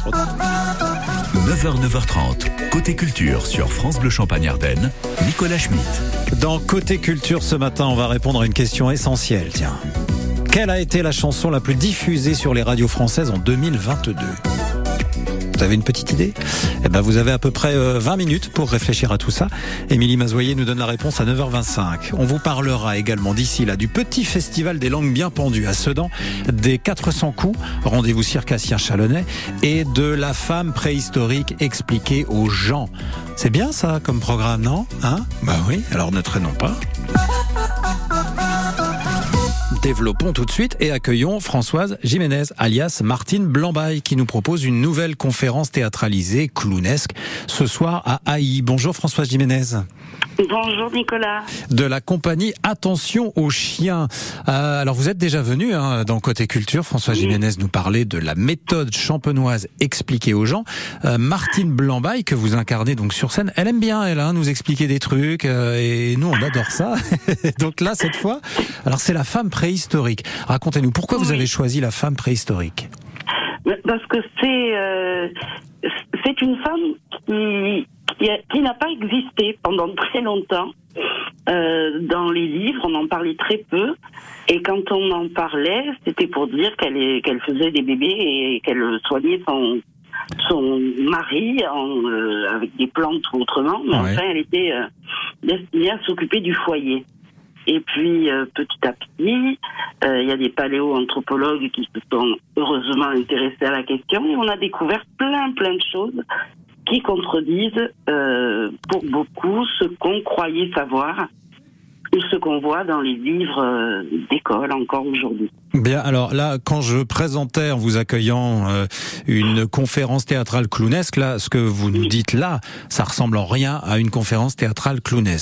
9h, 9h30, Côté Culture sur France Bleu Champagne-Ardenne, Nicolas Schmitt. Dans Côté Culture ce matin, on va répondre à une question essentielle. Tiens, quelle a été la chanson la plus diffusée sur les radios françaises en 2022 ? Vous avez une petite idée ? Eh ben, vous avez à peu près 20 minutes pour réfléchir à tout ça. Émilie Mazoyer nous donne la réponse à 9h25. On vous parlera également d'ici là du petit festival des langues bien pendues à Sedan, des 400 coups, rendez-vous circassien chalonnais, et de la femme préhistorique expliquée aux gens. C'est bien ça comme programme, non ? Bah oui, alors ne traînons pas. Développons tout de suite et accueillons Françoise Jiménez, alias Martine Blambaille, qui nous propose une nouvelle conférence théâtralisée, clownesque, ce soir à Haï. Bonjour Françoise Jiménez. Bonjour Nicolas. De la compagnie Attention aux chiens. Alors vous êtes déjà venu dans Côté Culture. Françoise Jiménez nous parlait de la méthode champenoise expliquée aux gens. Martine Blambaille, que vous incarnez donc sur scène, elle aime bien nous expliquer des trucs et nous on adore ça. Donc là cette fois, alors c'est la femme préhistorique. Racontez-nous pourquoi vous avez choisi la femme préhistorique. Parce que c'est une femme qui n'a pas existé pendant très longtemps. Dans les livres, on en parlait très peu. Et quand on en parlait, c'était pour dire qu'elle faisait des bébés et qu'elle soignait son mari avec des plantes ou autrement. Mais enfin, elle était destinée à s'occuper du foyer. Et puis, petit à petit, il y a des paléoanthropologues qui se sont heureusement intéressés à la question et on a découvert plein de choses qui contredisent pour beaucoup ce qu'on croyait savoir ou ce qu'on voit dans les livres d'école encore aujourd'hui. Bien, alors là, quand je présentais en vous accueillant une conférence théâtrale clownesque, là, ce que vous nous dites là, ça ressemble en rien à une conférence théâtrale clownesque.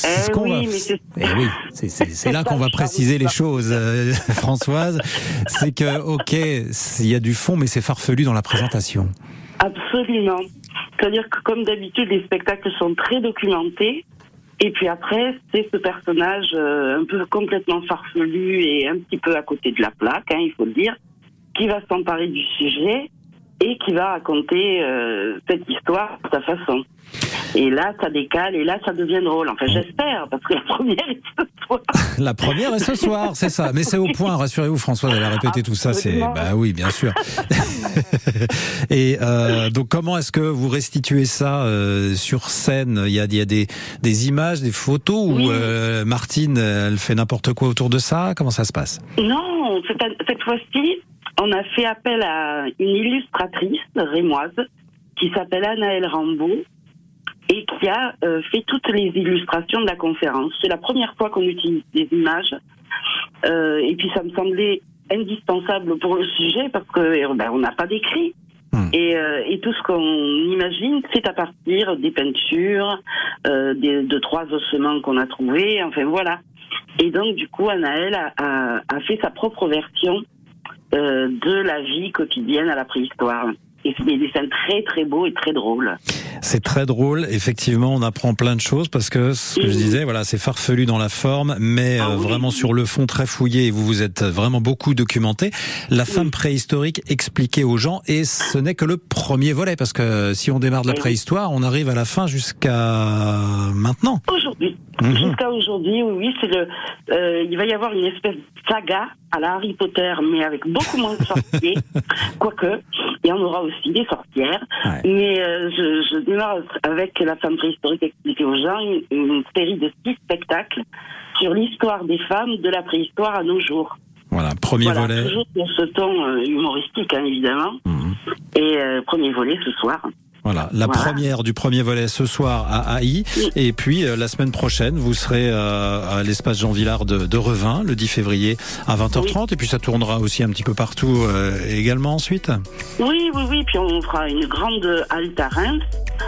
C'est là qu'on va préciser les choses, Françoise. C'est que, ok, il y a du fond, mais c'est farfelu dans la présentation. Absolument. C'est-à-dire que, comme d'habitude, les spectacles sont très documentés. Et puis après, c'est ce personnage un peu complètement farfelu et un petit peu à côté de la plaque, il faut le dire, qui va s'emparer du sujet et qui va raconter cette histoire de sa façon. Et là, ça décale, et là, ça devient drôle. Enfin, j'espère, parce que la première est ce soir. La première est ce soir, c'est ça. Mais c'est au point, rassurez-vous, Françoise, elle a répété tout ça. Bah oui, bien sûr. Et donc, comment est-ce que vous restituez ça sur scène ? Il y a des images, des photos, ou Martine, elle fait n'importe quoi autour de ça ? Comment ça se passe ? Non, cette fois-ci, on a fait appel à une illustratrice rémoise qui s'appelle Anaëlle Rambaud et qui a fait toutes les illustrations de la conférence. C'est la première fois qu'on utilise des images et puis ça me semblait indispensable pour le sujet parce que on n'a pas d'écrit. Et tout ce qu'on imagine, c'est à partir des peintures, de 3 ossements qu'on a trouvés, enfin voilà. Et donc du coup, Anaëlle a fait sa propre version de la vie quotidienne à la préhistoire. Et c'est des dessins très très beaux et très drôles. C'est très drôle, effectivement, on apprend plein de choses parce que ce que je disais, voilà, c'est farfelu dans la forme, mais vraiment sur le fond très fouillé et vous vous êtes vraiment beaucoup documenté. La femme préhistorique expliquée aux gens et ce n'est que le premier volet parce que si on démarre de la préhistoire, on arrive à la fin jusqu'à maintenant. Aujourd'hui. Jusqu'à aujourd'hui, oui, il va y avoir une espèce de saga à la Harry Potter, mais avec beaucoup moins de sorciers, quoique, il y en aura aussi des sorcières, mais je démarre avec la femme préhistorique expliquée aux gens, une série de 6 spectacles sur l'histoire des femmes de la préhistoire à nos jours. Voilà, premier volet. Toujours dans ce ton humoristique, évidemment, et premier volet ce soir. Voilà, première du premier volet ce soir à Haï. Et puis, la semaine prochaine, vous serez à l'espace Jean Villard de Revin, le 10 février à 20h30. Et puis, ça tournera aussi un petit peu partout également ensuite. Oui. Puis, on fera une grande halte à Reims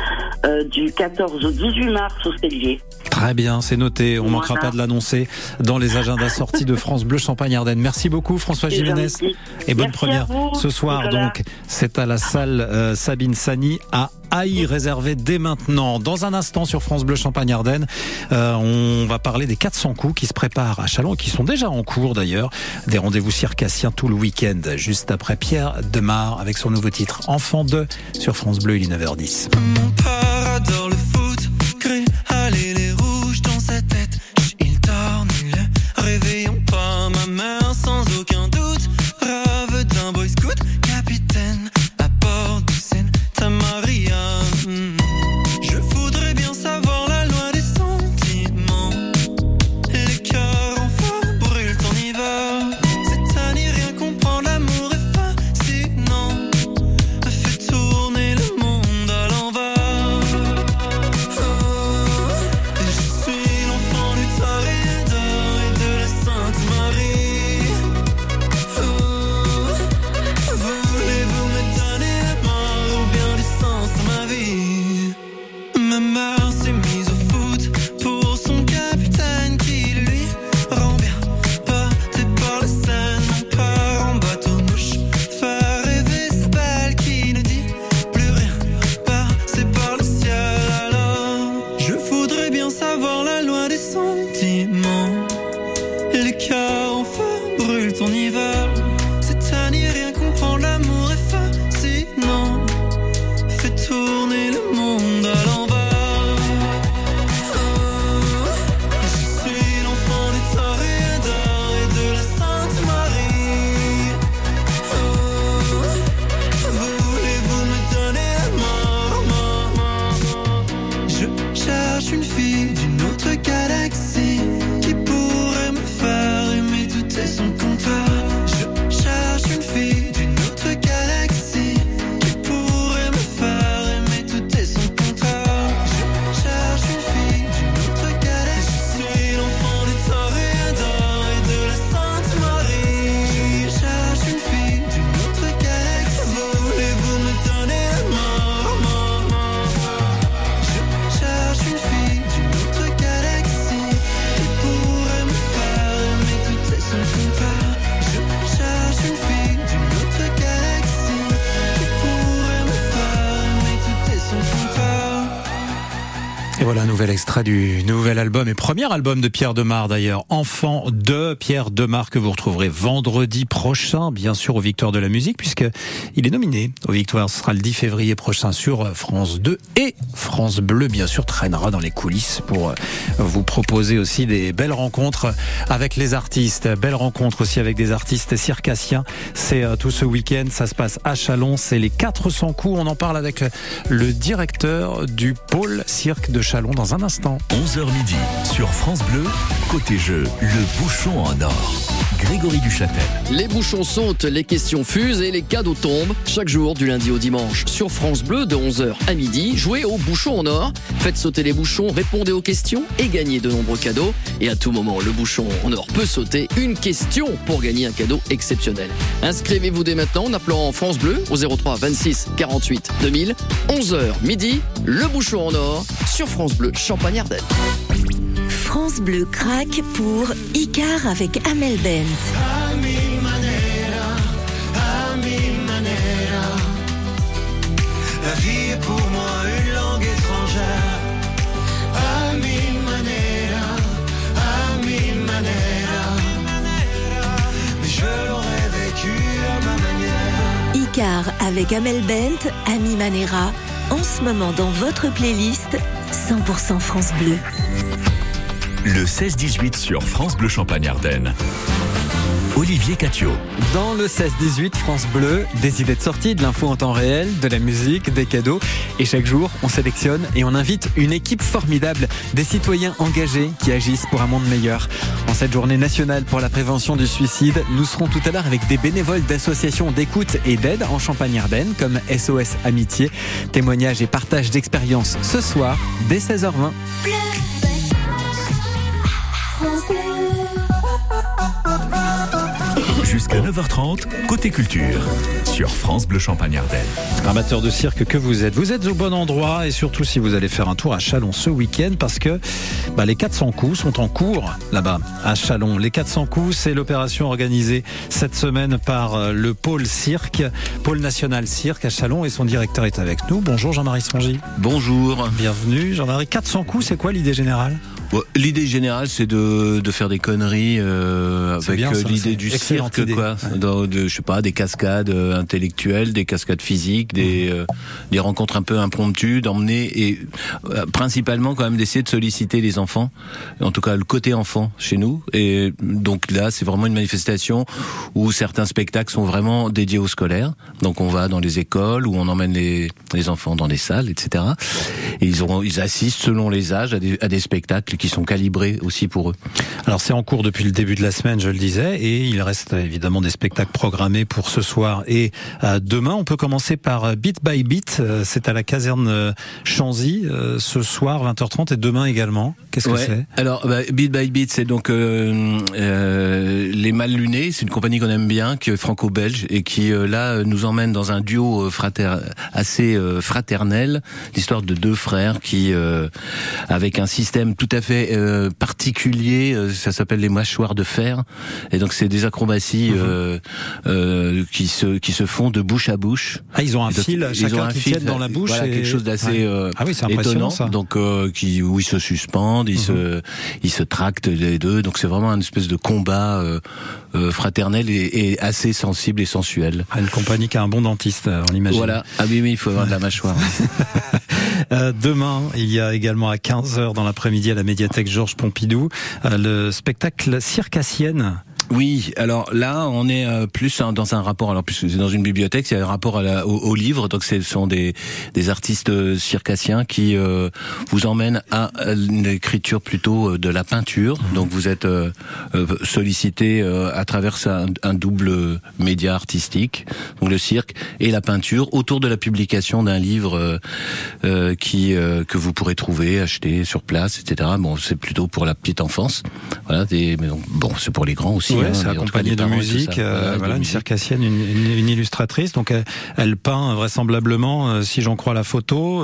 du 14 au 18 mars au Cellier. Très bien, c'est noté. On ne manquera pas de l'annoncer dans les agendas sortis de France Bleu Champagne-Ardenne. Merci beaucoup, Françoise Jiménez. Et bonne première ce soir. Nicolas. Donc, c'est à la salle Sabine Sani à AI réservé dès maintenant. Dans un instant sur France Bleu Champagne-Ardenne, on va parler des 400 coups qui se préparent à Châlons et qui sont déjà en cours d'ailleurs. Des rendez-vous circassiens tout le week-end, juste après Pierre Demar avec son nouveau titre Enfant 2 sur France Bleu, il est 9h10. Mon père adore le foot, gris, allez les rouges dans sa tête. Il dort nul, réveillons pas ma mère sans aucun doute. Rêve d'un boy scout, capitaine à bord du Seine, ta Maria. Je voudrais bien savoir la loi des sentiments. Les cœurs en feu brûlent en hiver. C'est à n'y rien comprendre, l'amour est fascinant. Fait tourner le monde à l'envers. Je suis l'enfant du Toréador et de la Sainte Marie. Voulez-vous me donner la mort ou bien du sens à ma vie? Ma mère s'est mise au foot pour son capitaine qui lui rend bien. Porté par la Seine, mon père en bateau-mouche, faire rêver sa belle qui ne dit plus rien. Passé par le ciel alors, je voudrais bien savoir la loi des sentiments. Les cœurs en feu brûlent en hiver. C'est à n'y rien comprendre, l'amour est fascinant. Fait tourner le monde à l'envers. Je suis l'enfant du Toréador et de la Sainte Marie. Voulez-vous me donner la mort? Je cherche une fille d'une autre galaxie qui pourrait me faire aimer tout et son contraire. Je cherche une fille d'une autre galaxie qui pourrait me faire aimer tout et son contraire. Je cherche une fille d'une autre galaxie. Je suis l'enfant du Toréador et de la Sainte Marie. Je cherche une fille d'une autre galaxie. Voulez-vous me donner la mort? Je cherche une fille d'une autre galaxie qui pourrait me faire aimer tout et son contraire. Je cherche une fille d'une autre galaxie qui pourrait me faire aimer tout et son contraire. Et voilà un nouvel extrait du nouvel album et premier album de Pierre Demar d'ailleurs, Enfant 2, Pierre Demar que vous retrouverez vendredi prochain, bien sûr aux Victoires de la musique, puisque il est nominé aux Victoires. Ce sera le 10 février prochain sur France 2 et France Bleu, bien sûr, traînera dans les coulisses pour vous proposer aussi des belles rencontres avec les artistes. Belles rencontres aussi avec des artistes circassiens. C'est tout ce week-end, ça se passe à Châlons, c'est les 400 coups. On en parle avec le directeur du pôle cirque de Châlons dans un instant. 11h midi sur France Bleu, côté jeu, le bouchon en or. Grégory Duchâtel. Les bouchons sautent, les questions fusent et les cadeaux tombent. Chaque jour du lundi au dimanche sur France Bleu de 11h à midi, jouez au bouchon en or. Faites sauter les bouchons, répondez aux questions et gagnez de nombreux cadeaux. Et à tout moment, le bouchon en or peut sauter. Une question pour gagner un cadeau exceptionnel. Inscrivez-vous dès maintenant en appelant France Bleu au 03 26 48 2000. 11h midi, le bouchon en or sur France Bleu Champagne-Ardenne. France Bleu craque pour Icar avec Amel Bent. La vie est pour moi une langue étrangère. A mi manera, mais je l'aurais vécu à ma manière. Icar avec Amel Bent, Ami Manera, en ce moment dans votre playlist 100% France Bleu. Le 16-18 sur France Bleu Champagne-Ardenne. Olivier Catio. Dans le 16-18 France Bleu, des idées de sortie, de l'info en temps réel, de la musique, des cadeaux. Et chaque jour, on sélectionne et on invite une équipe formidable, des citoyens engagés qui agissent pour un monde meilleur. En cette journée nationale pour la prévention du suicide, nous serons tout à l'heure avec des bénévoles d'associations d'écoute et d'aide en Champagne-Ardenne, comme SOS Amitié. Témoignages et partage d'expériences ce soir, dès 16h20. Jusqu'à 9h30, côté culture, sur France Bleu Champagne-Ardenne. Amateur de cirque que vous êtes au bon endroit, et surtout si vous allez faire un tour à Châlons ce week-end, parce que les 400 coups sont en cours là-bas à Châlons. Les 400 coups, c'est l'opération organisée cette semaine par le pôle cirque, pôle national cirque à Châlons, et son directeur est avec nous. Bonjour Jean-Marie Songy. Bonjour. Bienvenue Jean-Marie. 400 coups, c'est quoi l'idée générale ? L'idée générale, c'est de faire des conneries avec bien, ça, l'idée du excellente cirque, idée. quoi. Je sais pas, des cascades intellectuelles, des cascades physiques, des rencontres un peu impromptues, d'emmener et principalement quand même d'essayer de solliciter les enfants, en tout cas le côté enfant chez nous. Et donc là, c'est vraiment une manifestation où certains spectacles sont vraiment dédiés aux scolaires. Donc on va dans les écoles où on emmène les enfants dans des salles, etc. Et ils assistent selon les âges à des spectacles qui sont calibrés aussi pour eux. Alors c'est en cours depuis le début de la semaine, je le disais, et il reste évidemment des spectacles programmés pour ce soir et demain. On peut commencer par Beat by Beat, c'est à la caserne Chanzy ce soir 20h30 et demain également. Qu'est-ce que c'est ? Alors Beat by Beat, c'est donc les Mal Lunés, c'est une compagnie qu'on aime bien, qui est franco-belge et qui là nous emmène dans un duo assez fraternel, l'histoire de deux frères qui avec un système tout à fait particulier, ça s'appelle les mâchoires de fer, et donc c'est des acrobaties qui se font de bouche à bouche. Ah, ils ont un fil, chacun qui tient dans la bouche. Voilà, quelque chose d'assez c'est étonnant. Ça. Donc où ils se suspendent, ils se tractent les deux. Donc c'est vraiment une espèce de combat fraternel et assez sensible et sensuel. Une compagnie qui a un bon dentiste, on imagine. Voilà. Ah oui, il faut avoir de la mâchoire. Demain, il y a également à 15h dans l'après-midi à la médiathèque Georges Pompidou le spectacle Circassienne. Oui, alors là, on est plus dans un rapport. Alors, puisque c'est dans une bibliothèque, il y a un rapport au livre. Donc, ce sont des artistes circassiens qui vous emmènent à une écriture plutôt de la peinture. Donc, vous êtes sollicité à travers un double média artistique, donc le cirque et la peinture, autour de la publication d'un livre que vous pourrez trouver, acheter sur place, etc. Bon, c'est plutôt pour la petite enfance. Voilà, mais donc, bon, c'est pour les grands aussi. Ouais, c'est accompagné de musique, une circassienne, une illustratrice. Donc elle peint vraisemblablement, si j'en crois la photo,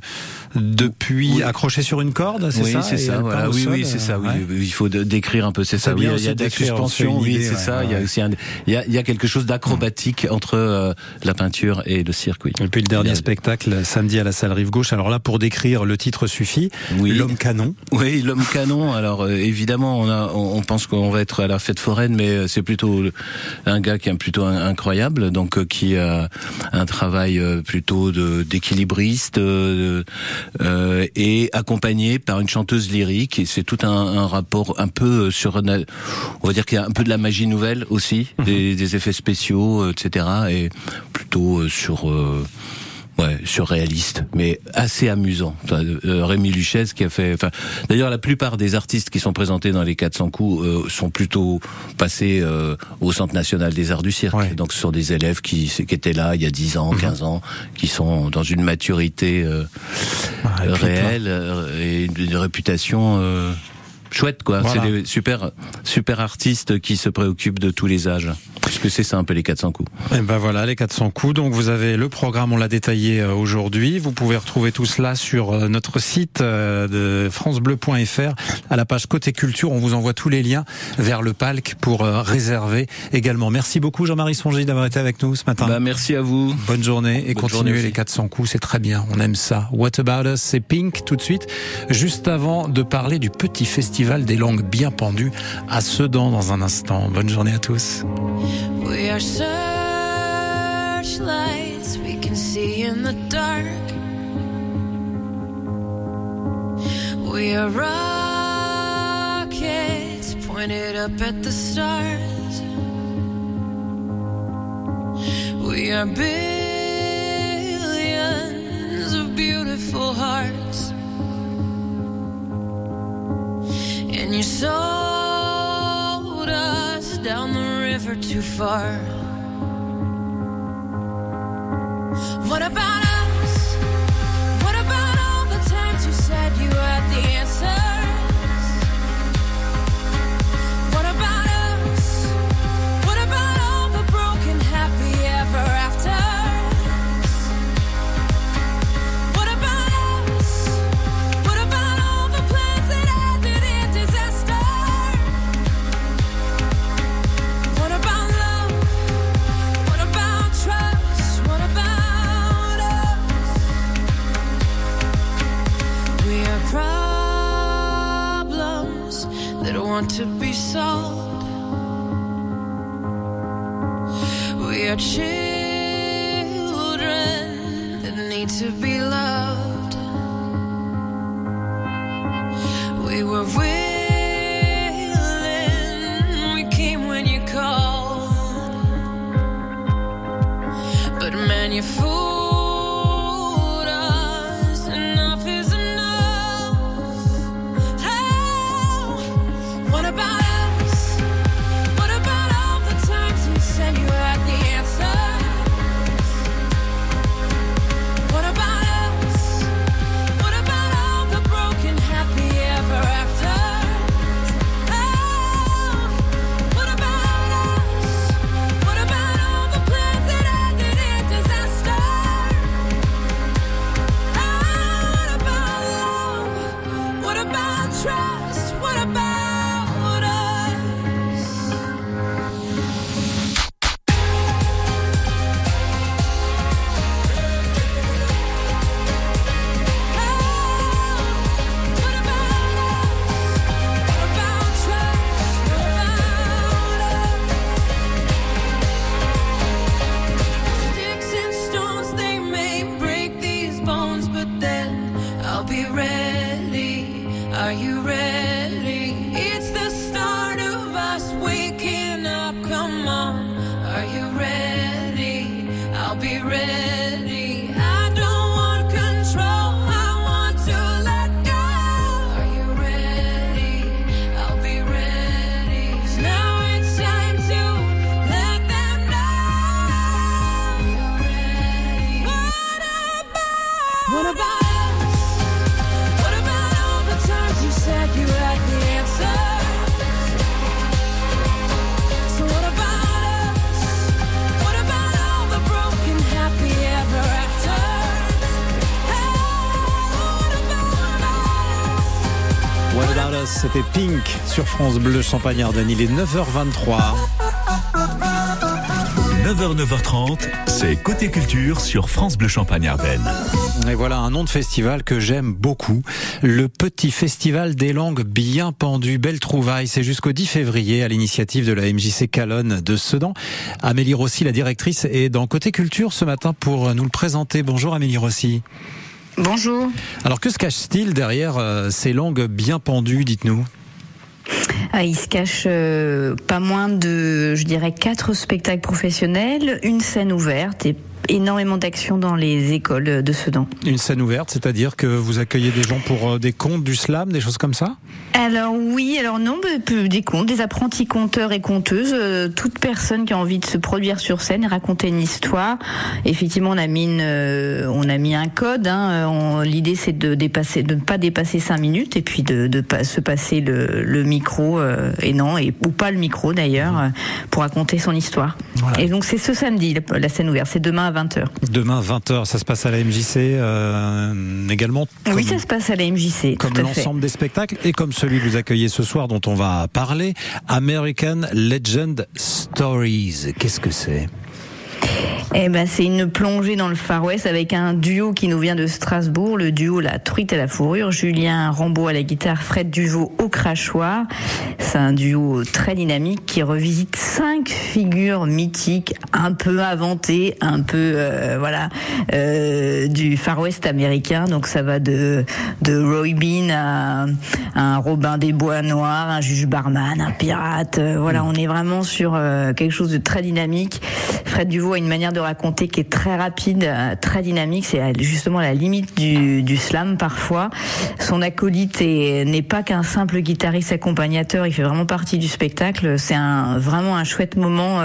depuis accroché sur une corde, c'est ça ? C'est ça. Voilà. Oui, c'est ça. Oui, il faut décrire un peu. C'est ça. Oui, il y a des suspensions. Oui, c'est ça. Il y a aussi il y a quelque chose d'acrobatique entre la peinture et le cirque. Oui. Et puis le dernier spectacle samedi à la salle Rive Gauche. Alors là, pour décrire, le titre suffit. Oui. L'homme canon. Oui, l'homme canon. Alors évidemment, on pense qu'on va être à la fête foraine, mais c'est plutôt un gars qui est plutôt incroyable, donc qui a un travail plutôt d'équilibriste et accompagné par une chanteuse lyrique. Et c'est tout un rapport un peu on va dire qu'il y a un peu de la magie nouvelle aussi, des effets spéciaux, etc. Et plutôt surréaliste, mais assez amusant. Rémi Lucchese qui a fait... d'ailleurs, la plupart des artistes qui sont présentés dans les 400 coups sont plutôt passés au Centre National des Arts du Cirque. Ouais. Donc, ce sont des élèves qui étaient là il y a 10 ans, 15 ans, qui sont dans une maturité réelle et une réputation... chouette, quoi. Voilà. C'est des super artistes qui se préoccupent de tous les âges. Parce que c'est ça un peu les 400 coups. Et ben voilà, les 400 coups. Donc vous avez le programme, on l'a détaillé aujourd'hui. Vous pouvez retrouver tout cela sur notre site de francebleu.fr à la page Côté Culture. On vous envoie tous les liens vers le palc pour réserver également. Merci beaucoup Jean-Marie Songy d'avoir été avec nous ce matin. Merci à vous. Bonne journée et continuez les 400 coups, c'est très bien. On aime ça. What About Us, c'est Pink tout de suite. Juste avant de parler du petit festival des langues bien pendues à Sedan dans un instant. Bonne journée à tous. We are searchlights we can see in the dark. We are rockets pointed up at the stars. We are billions of beautiful hearts. And you sold us down the river too far. What about us? What about all the times you said you had the answers? What about us? What about all want to be sold. We are children that need to be loved. We were willing, we came when you called. But man, you fooled us. Enough is enough. Oh, what about us? What about all the times you said you had the answer? What about us? What about all the broken happy ever after? Oh, what about us? What about all the plans that ended in disaster? Oh, what about love? What about trust? What about us? What about us? What about trust? What about us? Sticks and stones, they may break these bones, but then I'll be ready. Are you ready? It's the start of us waking up. Come on, are you ready? I'll be ready. I don't want control, I want to let go. Are you ready? I'll be ready. 'Cause now it's time to let them know. You're ready. What about us? What about all the times you said you had the answer? So what about us? What about all the broken happy ever after? What About Us, c'était Pink sur France Bleu Champagne-Ardenne. Il est 9h23. 9h, 9h30, c'est Côté Culture sur France Bleu Champagne-Ardenne. Et voilà un nom de festival que j'aime beaucoup. Le Petit Festival des Langues Bien Pendues. Belle trouvaille. C'est jusqu'au 10 février à l'initiative de la MJC Calonne de Sedan. Amélie Rossi, la directrice, est dans Côté Culture ce matin pour nous le présenter. Bonjour Amélie Rossi. Bonjour. Alors que se cache-t-il derrière ces langues bien pendues, dites-nous ? Il se cache pas moins de, je dirais, 4 spectacles professionnels, une scène ouverte et énormément d'actions dans les écoles de Sedan. Une scène ouverte, c'est-à-dire que vous accueillez des gens pour des contes, du slam, des choses comme ça ? Alors oui, alors non, des contes, des apprentis conteurs et conteuses, toute personne qui a envie de se produire sur scène et raconter une histoire. Effectivement, on a mis un code. L'idée, c'est de ne pas dépasser 5 minutes et puis de se passer le micro ou pas le micro d'ailleurs pour raconter son histoire. Voilà. Et donc c'est ce samedi la scène ouverte, c'est demain à 20h. Demain 20h, ça se passe à la MJC également. Oui, ça se passe à la MJC. Comme l'ensemble des spectacles et comme celui que vous accueillez ce soir dont on va parler, American Legend Stories. Qu'est-ce que c'est ? C'est une plongée dans le Far West avec un duo qui nous vient de Strasbourg, le duo La Truite à la Fourrure, Julien Rambaud à la guitare, Fred Duvaux au crachoir. C'est un duo très dynamique qui revisite 5 figures mythiques, un peu inventées, un peu du Far West américain. Donc ça va de Roy Bean à un Robin des Bois Noirs, un juge barman, un pirate. On est vraiment sur quelque chose de très dynamique. Fred Duvaux a une manière de raconter qui est très rapide, très dynamique. C'est justement la limite du slam parfois. Son acolyte n'est pas qu'un simple guitariste accompagnateur, il fait vraiment partie du spectacle. C'est vraiment un chouette moment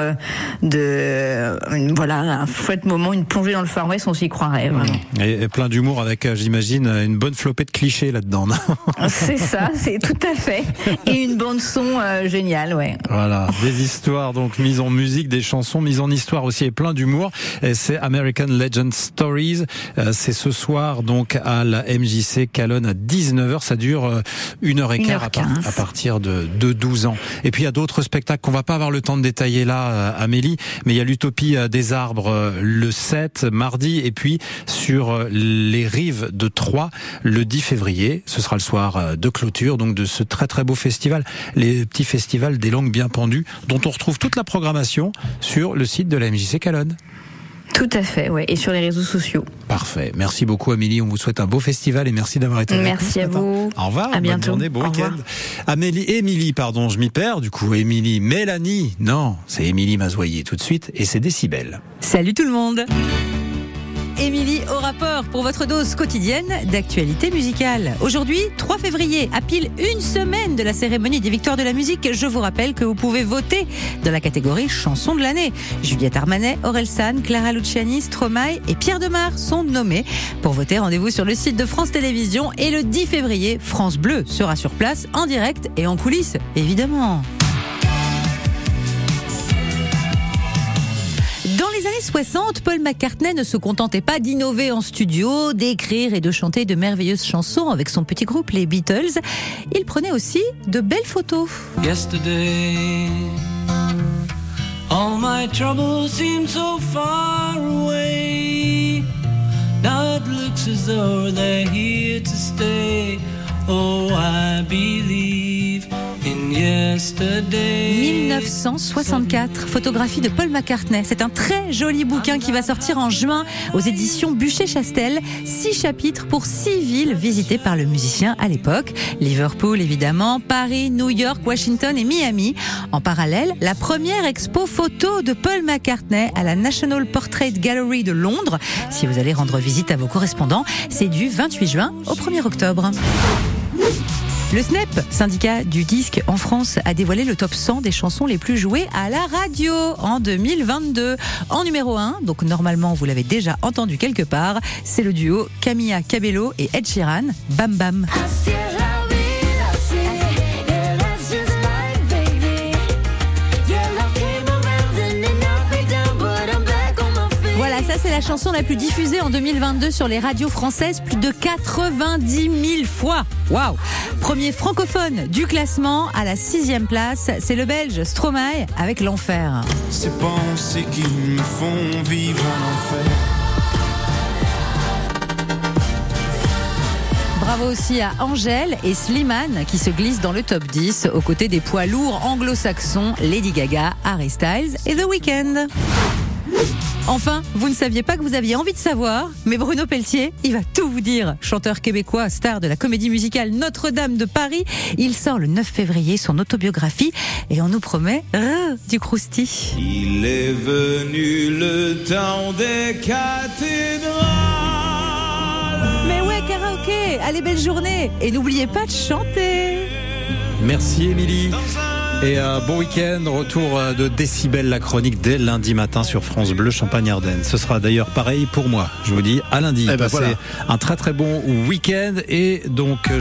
un chouette moment, une plongée dans le Far West, on s'y croirait vraiment. Et plein d'humour avec, j'imagine, une bonne flopée de clichés là-dedans. C'est ça, c'est tout à fait. Et une bande son géniale, ouais. Voilà, des histoires donc mises en musique, des chansons mises en histoire aussi et plein d'humour. humour. Et c'est American Legend Stories. C'est ce soir donc à la MJC Calonne à 19h. Ça dure 1h15 à partir de 12 ans. Et puis il y a d'autres spectacles qu'on va pas avoir le temps de détailler là, Amélie, mais il y a l'Utopie des arbres le 7 mardi, et puis sur les rives de Troyes le 10 février. Ce sera le soir de clôture donc de ce très très beau festival, les petits festivals des langues bien pendues, dont on retrouve toute la programmation sur le site de la MJC Calonne. Tout à fait, ouais, et sur les réseaux sociaux. Parfait. Merci beaucoup, Amélie. On vous souhaite un beau festival et merci d'avoir été avec nous. Merci à vous. Au revoir. À bientôt. Bonne journée, bon week-end. Émilie, pardon, je m'y perds. Du coup, Émilie, Mélanie. Non, c'est Émilie Mazoyer tout de suite et c'est Décibel. Salut tout le monde. Émilie au rapport pour votre dose quotidienne d'actualité musicale. Aujourd'hui, 3 février, à pile une semaine de la cérémonie des Victoires de la musique, je vous rappelle que vous pouvez voter dans la catégorie chanson de l'année. Juliette Armanet, Orelsan, Clara Luciani, Stromae et Pierre Demar sont nommés. Pour voter, rendez-vous sur le site de France Télévisions et le 10 février, France Bleu sera sur place en direct et en coulisses, évidemment. Dans les années 60, Paul McCartney ne se contentait pas d'innover en studio, d'écrire et de chanter de merveilleuses chansons avec son petit groupe, les Beatles. Il prenait aussi de belles photos. Yesterday, all my troubles seem so far away. Now it looks as though they're here to stay. Oh, I believe in yesterday. 1964, photographie de Paul McCartney. C'est un très joli bouquin qui va sortir en juin aux éditions Buchet-Chastel. 6 chapitres pour 6 villes visitées par le musicien à l'époque. Liverpool, évidemment, Paris, New York, Washington et Miami. En parallèle, la première expo photo de Paul McCartney à la National Portrait Gallery de Londres. Si vous allez rendre visite à vos correspondants, c'est du 28 juin au 1er octobre. Le SNEP, syndicat du disque en France, a dévoilé le top 100 des chansons les plus jouées à la radio en 2022. En numéro 1, donc normalement vous l'avez déjà entendu quelque part, c'est le duo Camila Cabello et Ed Sheeran, Bam Bam. Ça, c'est la chanson la plus diffusée en 2022 sur les radios françaises, plus de 90 000 fois. Waouh! Premier francophone du classement à la 6e place, c'est le Belge Stromae avec L'Enfer. Ces pensées qui me font vivre en enfer. Bravo aussi à Angèle et Slimane qui se glissent dans le top 10 aux côtés des poids lourds anglo-saxons Lady Gaga, Harry Styles et The Weeknd. Enfin, vous ne saviez pas que vous aviez envie de savoir, mais Bruno Pelletier, il va tout vous dire. Chanteur québécois, star de la comédie musicale Notre-Dame de Paris, il sort le 9 février son autobiographie et on nous promet du croustille. Il est venu le temps des cathédrales. Mais ouais, karaoké, allez, belle journée et n'oubliez pas de chanter. Merci Émilie. Et bon week-end, retour de Décibel, la chronique dès lundi matin sur France Bleu Champagne-Ardenne. Ce sera d'ailleurs pareil pour moi. Je vous dis à lundi. Passez un très très bon week-end et donc